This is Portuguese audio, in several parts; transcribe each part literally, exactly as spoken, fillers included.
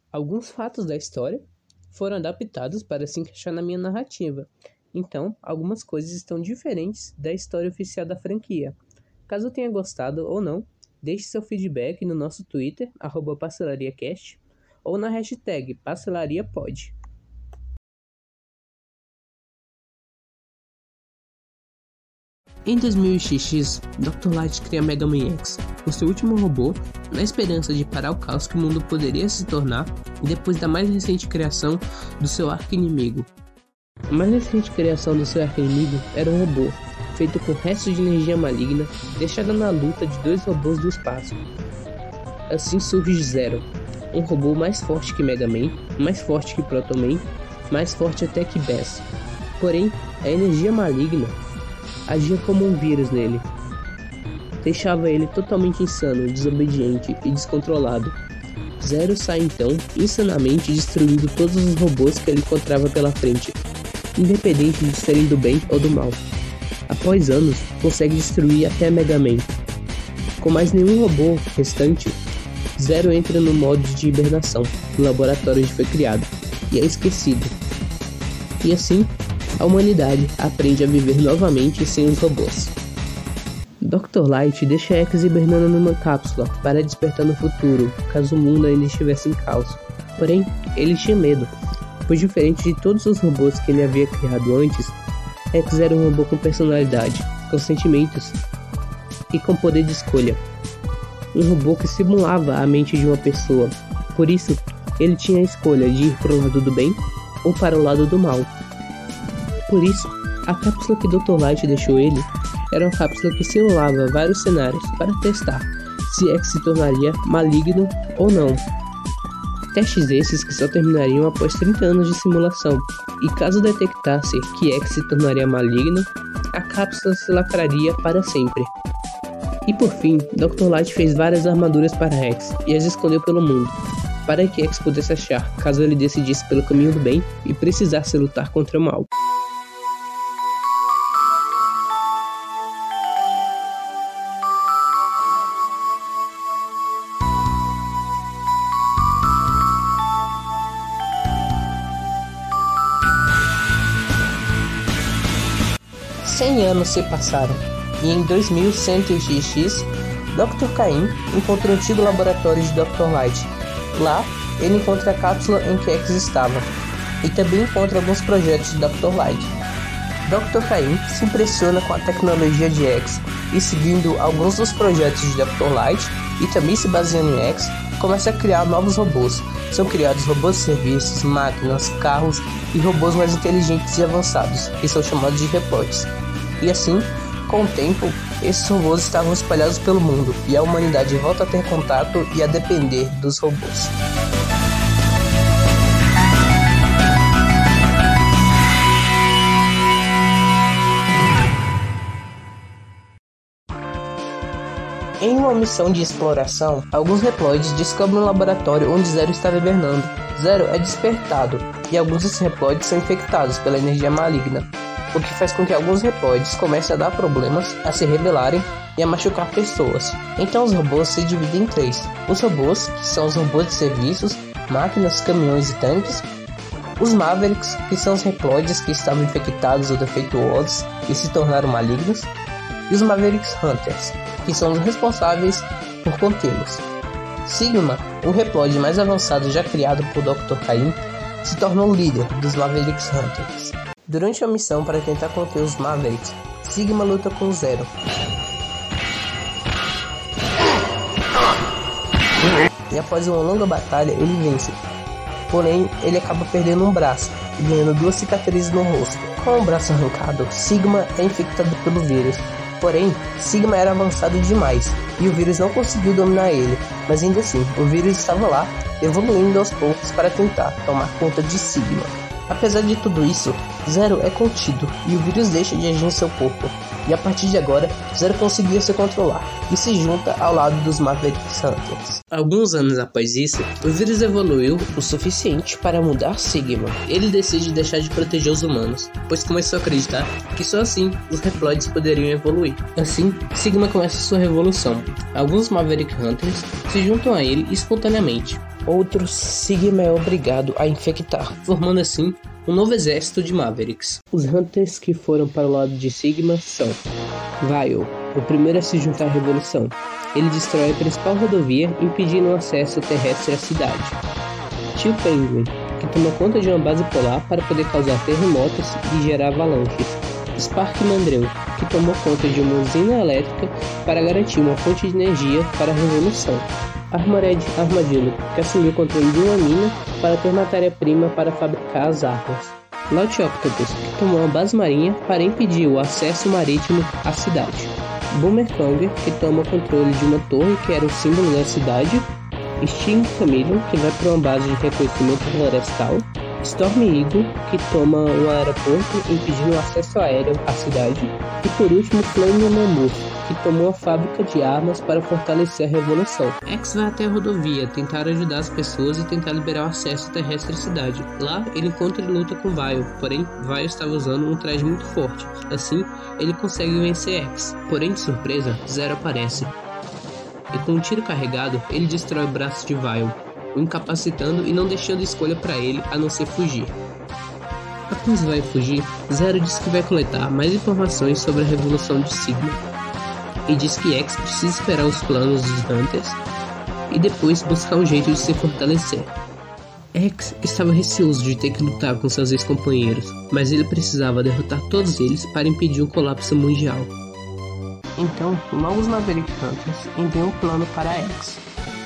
Alguns fatos da história foram adaptados para se encaixar na minha narrativa, então algumas coisas estão diferentes da história oficial da franquia. Caso tenha gostado ou não, deixe seu feedback no nosso Twitter, arroba pastelariacast, ou na hashtag pastelariapod. Em dois mil X X, doutor Light cria Mega Man X, o seu último robô, na esperança de parar o caos que o mundo poderia se tornar depois da mais recente criação do seu arqui-inimigo. A mais recente criação do seu arqui-inimigo era um robô, feito com restos de energia maligna, deixada na luta de dois robôs do espaço. Assim surge Zero, um robô mais forte que Mega Man, mais forte que Proto Man, mais forte até que Bass. Porém, a energia maligna agia como um vírus nele. Deixava ele totalmente insano, desobediente e descontrolado. Zero sai então, insanamente, destruindo todos os robôs que ele encontrava pela frente, independente de serem do bem ou do mal. Após anos, consegue destruir até Mega Man. Com mais nenhum robô restante, Zero entra no modo de hibernação, no laboratório onde foi criado, e é esquecido. E assim, a humanidade aprende a viver novamente sem os robôs. doutor Light deixa X hibernando numa cápsula para despertar no futuro, caso o mundo ainda estivesse em caos. Porém, ele tinha medo, pois diferente de todos os robôs que ele havia criado antes, X era um robô com personalidade, com sentimentos e com poder de escolha. Um robô que simulava a mente de uma pessoa. Por isso, ele tinha a escolha de ir para o lado do bem ou para o lado do mal. Por isso, a cápsula que doutor Light deixou ele era uma cápsula que simulava vários cenários para testar se X se tornaria maligno ou não. Testes esses que só terminariam após trinta anos de simulação, e caso detectasse que X se tornaria maligno, a cápsula se lacraria para sempre. E por fim, doutor Light fez várias armaduras para X e as escondeu pelo mundo, para que X pudesse achar caso ele decidisse pelo caminho do bem e precisasse lutar contra o mal. cem anos se passaram, e em dois mil cento X X, doutor Caim encontra o antigo laboratório de doutor Light. Lá, ele encontra a cápsula em que X estava, e também encontra alguns projetos de doutor Light. doutor Caim se impressiona com a tecnologia de X, e seguindo alguns dos projetos de doutor Light, e também se baseando em X, começa a criar novos robôs. São criados robôs de serviços, máquinas, carros e robôs mais inteligentes e avançados, que são chamados de reploids. E assim, com o tempo, esses robôs estavam espalhados pelo mundo, e a humanidade volta a ter contato e a depender dos robôs. Em uma missão de exploração, alguns reploids descobrem um laboratório onde Zero estava hibernando. Zero é despertado, e alguns desses reploids são infectados pela energia maligna, o que faz com que alguns reploids comecem a dar problemas, a se rebelarem e a machucar pessoas. Então os robôs se dividem em três. Os robôs, que são os robôs de serviços, máquinas, caminhões e tanques. Os Mavericks, que são os reploids que estavam infectados ou defeituosos e se tornaram malignos. E os Mavericks Hunters, que são os responsáveis por contê-los. Sigma, o reploid mais avançado já criado por doutor Caim, se tornou o líder dos Mavericks Hunters. Durante a missão para tentar conter os Mavericks, Sigma luta com Zero. E após uma longa batalha, ele vence. Porém, ele acaba perdendo um braço e ganhando duas cicatrizes no rosto. Com o braço arrancado, Sigma é infectado pelo vírus. Porém, Sigma era avançado demais e o vírus não conseguiu dominar ele. Mas ainda assim, o vírus estava lá, evoluindo aos poucos para tentar tomar conta de Sigma. Apesar de tudo isso, Zero é contido e o vírus deixa de agir em seu corpo, e a partir de agora, Zero conseguia se controlar e se junta ao lado dos Mavericks Hunters. Alguns anos após isso, o vírus evoluiu o suficiente para mudar Sigma. Ele decide deixar de proteger os humanos, pois começou a acreditar que só assim os reploids poderiam evoluir. Assim, Sigma começa sua revolução. Alguns Maverick Hunters se juntam a ele espontaneamente. outros Sigma é obrigado a infectar, formando assim um novo exército de Mavericks. Os Hunters que foram para o lado de Sigma são Vile, o primeiro a se juntar à revolução. Ele destrói a principal rodovia, impedindo o acesso terrestre à cidade. Tio Penguin, que toma conta de uma base polar para poder causar terremotos e gerar avalanches. Spark Mandrill, que tomou conta de uma usina elétrica para garantir uma fonte de energia para a revolução. Armored Armadillo, que assumiu o controle de uma mina para ter matéria-prima para fabricar as armas. Lot Octopus, que tomou uma base marinha para impedir o acesso marítimo à cidade. Boomerang, que toma o controle de uma torre que era o símbolo da cidade. Sting Chameleon, que vai para uma base de reconhecimento florestal. Storm Eagle, que toma um aeroporto impedindo o acesso aéreo à cidade. E por último, Flame Mammoth, que tomou a fábrica de armas para fortalecer a revolução. X vai até a rodovia tentar ajudar as pessoas e tentar liberar o acesso terrestre à cidade. Lá, ele encontra e luta com Vile, porém, Vile estava usando um traje muito forte. Assim, ele consegue vencer X. Porém, de surpresa, Zero aparece. E com um tiro carregado, ele destrói o braço de Vile, o incapacitando e não deixando escolha para ele a não ser fugir. Após Vile fugir, Zero diz que vai coletar mais informações sobre a revolução de Sigma. E diz que X precisa esperar os planos dos Hunters e depois buscar um jeito de se fortalecer. X estava receoso de ter que lutar com seus ex-companheiros, mas ele precisava derrotar todos eles para impedir um colapso mundial. Então, logo os Maverick Hunters enviam um plano para X.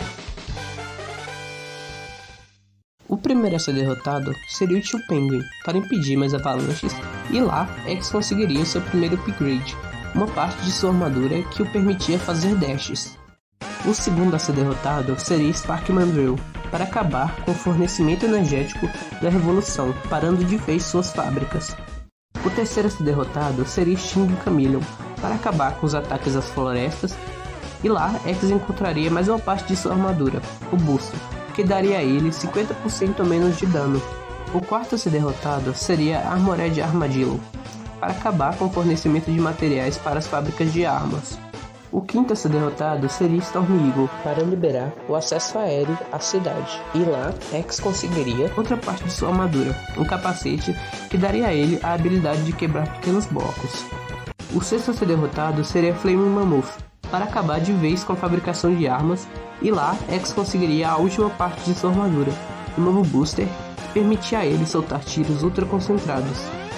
O primeiro a ser derrotado seria o Tio Penguin, para impedir mais avalanches, e lá X conseguiria o seu primeiro upgrade, uma parte de sua armadura que o permitia fazer dashes. O segundo a ser derrotado seria Spark Mandrill, para acabar com o fornecimento energético da revolução, parando de vez suas fábricas. O terceiro a ser derrotado seria Sting Chameleon, para acabar com os ataques às florestas, e lá X encontraria mais uma parte de sua armadura, o Booster, que daria a ele cinquenta por cento menos de dano. O quarto a ser derrotado seria Armored Armadillo, para acabar com o fornecimento de materiais para as fábricas de armas. O quinto a ser derrotado seria Storm Eagle, para liberar o acesso aéreo à cidade. E lá, X conseguiria outra parte de sua armadura, um capacete que daria a ele a habilidade de quebrar pequenos blocos. O sexto a ser derrotado seria Flame Mammoth, para acabar de vez com a fabricação de armas, e lá X conseguiria a última parte de sua armadura, um novo booster que permitia a ele soltar tiros ultra concentrados.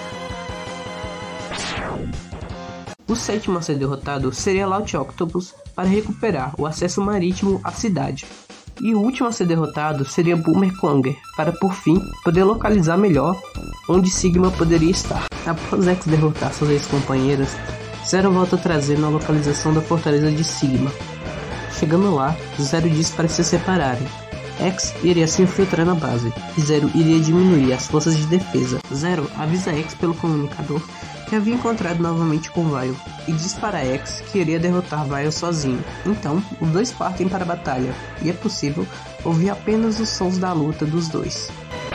O sétimo a ser derrotado seria Lot Octopus, para recuperar o acesso marítimo à cidade. E o último a ser derrotado seria Boomerang, para por fim poder localizar melhor onde Sigma poderia estar. Após X derrotar seus ex-companheiros, Zero volta trazendo a localização da fortaleza de Sigma. Chegando lá, Zero diz para se separarem. X iria se infiltrar na base, e Zero iria diminuir as forças de defesa. Zero avisa X pelo comunicador que havia encontrado novamente com Vile, e diz para X que iria derrotar Vile sozinho. Então, os dois partem para a batalha, e é possível ouvir apenas os sons da luta dos dois.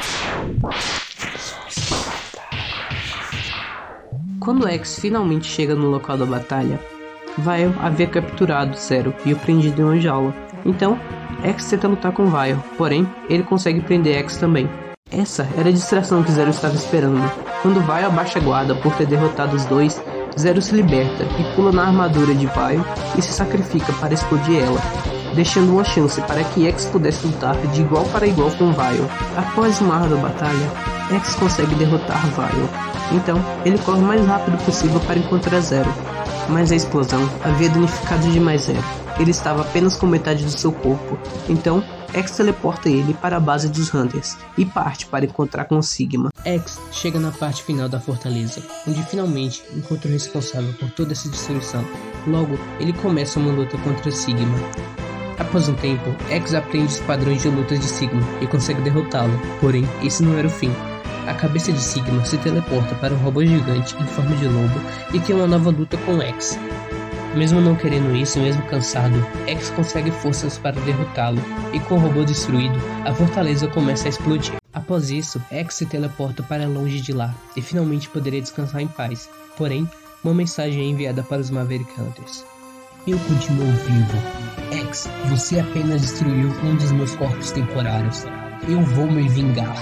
Quando X finalmente chega no local da batalha, Vile havia capturado Zero e o prendido em uma jaula. Então, X tenta lutar com Vile, porém, ele consegue prender X também. Essa era a distração que Zero estava esperando. Quando Vile abaixa a guarda por ter derrotado os dois, Zero se liberta e pula na armadura de Vile e se sacrifica para explodir ela, deixando uma chance para que X pudesse lutar de igual para igual com Vile. Após uma árdua batalha, X consegue derrotar Vile. Então, ele corre o mais rápido possível para encontrar Zero, mas a explosão havia danificado demais Zero. Ele estava apenas com metade do seu corpo, então X teleporta ele para a base dos Hunters e parte para encontrar com Sigma. X chega na parte final da fortaleza, onde finalmente encontra o responsável por toda essa destruição. Logo, ele começa uma luta contra Sigma. Após um tempo, X aprende os padrões de luta de Sigma e consegue derrotá-lo, porém, esse não era o fim. A cabeça de Sigma se teleporta para um robô gigante em forma de lobo e tem uma nova luta com X. Mesmo não querendo isso, mesmo cansado, X consegue forças para derrotá-lo, e com o robô destruído, a fortaleza começa a explodir. Após isso, X se teleporta para longe de lá, e finalmente poderia descansar em paz. Porém, uma mensagem é enviada para os Maverick Hunters. Eu continuo vivo. X, você apenas destruiu um dos meus corpos temporários. Eu vou me vingar.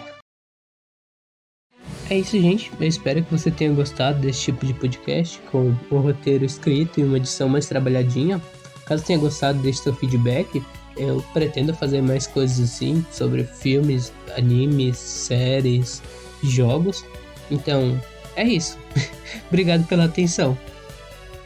É isso, gente. Eu espero que você tenha gostado desse tipo de podcast, com um roteiro escrito e uma edição mais trabalhadinha. Caso tenha gostado, deixe seu feedback. Eu pretendo fazer mais coisas assim, sobre filmes, animes, séries, jogos. Então, é isso. Obrigado pela atenção.